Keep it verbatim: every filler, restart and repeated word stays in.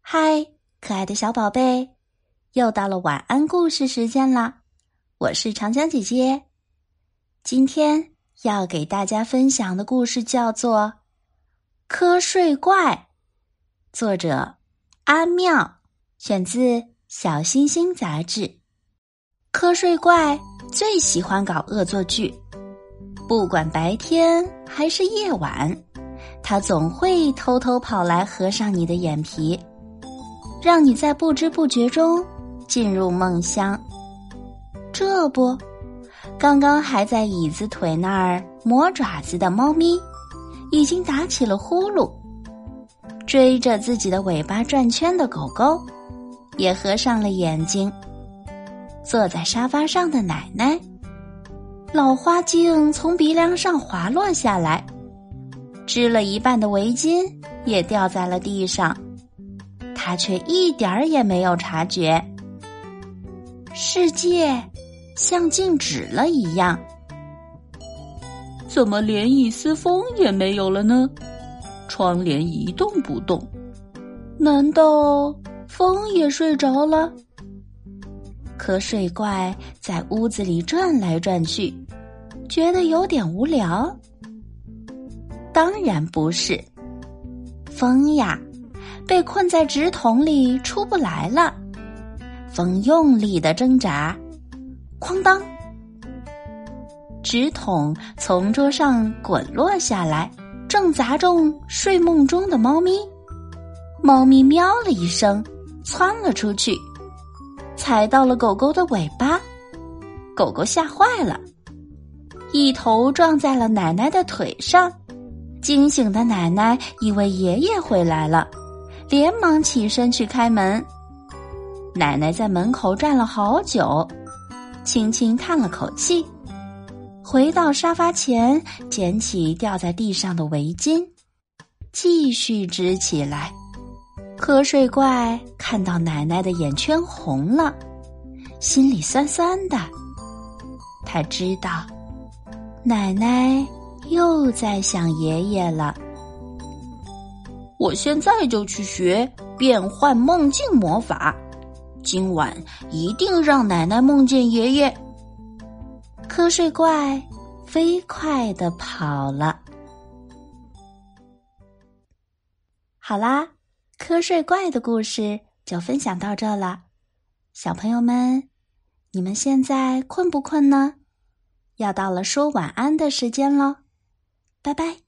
嗨，可爱的小宝贝，又到了晚安故事时间了。我是长江姐姐，今天要给大家分享的故事叫做《瞌睡怪》，作者阿妙，选自《小星星》杂志。瞌睡怪最喜欢搞恶作剧，不管白天还是夜晚，他总会偷偷跑来合上你的眼皮，让你在不知不觉中进入梦乡。这不，刚刚还在椅子腿那儿磨爪子的猫咪，已经打起了呼噜；追着自己的尾巴转圈的狗狗，也合上了眼睛。坐在沙发上的奶奶，老花镜从鼻梁上滑落下来，织了一半的围巾也掉在了地上，他却一点儿也没有察觉。世界像静止了一样。 怎么连一丝风也没有了呢？窗帘一动不动，难道风也睡着了？ 瞌睡怪在屋子里转来转去，觉得有点无聊。当然不是，风呀，被困在纸筒里出不来了。风用力的挣扎，哐当，纸筒从桌上滚落下来，正砸中睡梦中的猫咪。猫咪喵了一声，窜了出去，踩到了狗狗的尾巴。狗狗吓坏了，一头撞在了奶奶的腿上。惊醒的奶奶以为爷爷回来了，连忙起身去开门。奶奶在门口站了好久，轻轻叹了口气，回到沙发前，捡起掉在地上的围巾，继续织起来。瞌睡怪看到奶奶的眼圈红了，心里酸酸的。他知道，奶奶又在想爷爷了。 我现在就去学变换梦境魔法，今晚一定让奶奶梦见爷爷。 瞌睡怪飞快地跑了。好啦，瞌睡怪的故事就分享到这了。小朋友们，你们现在困不困呢？要到了说晚安的时间咯，拜拜。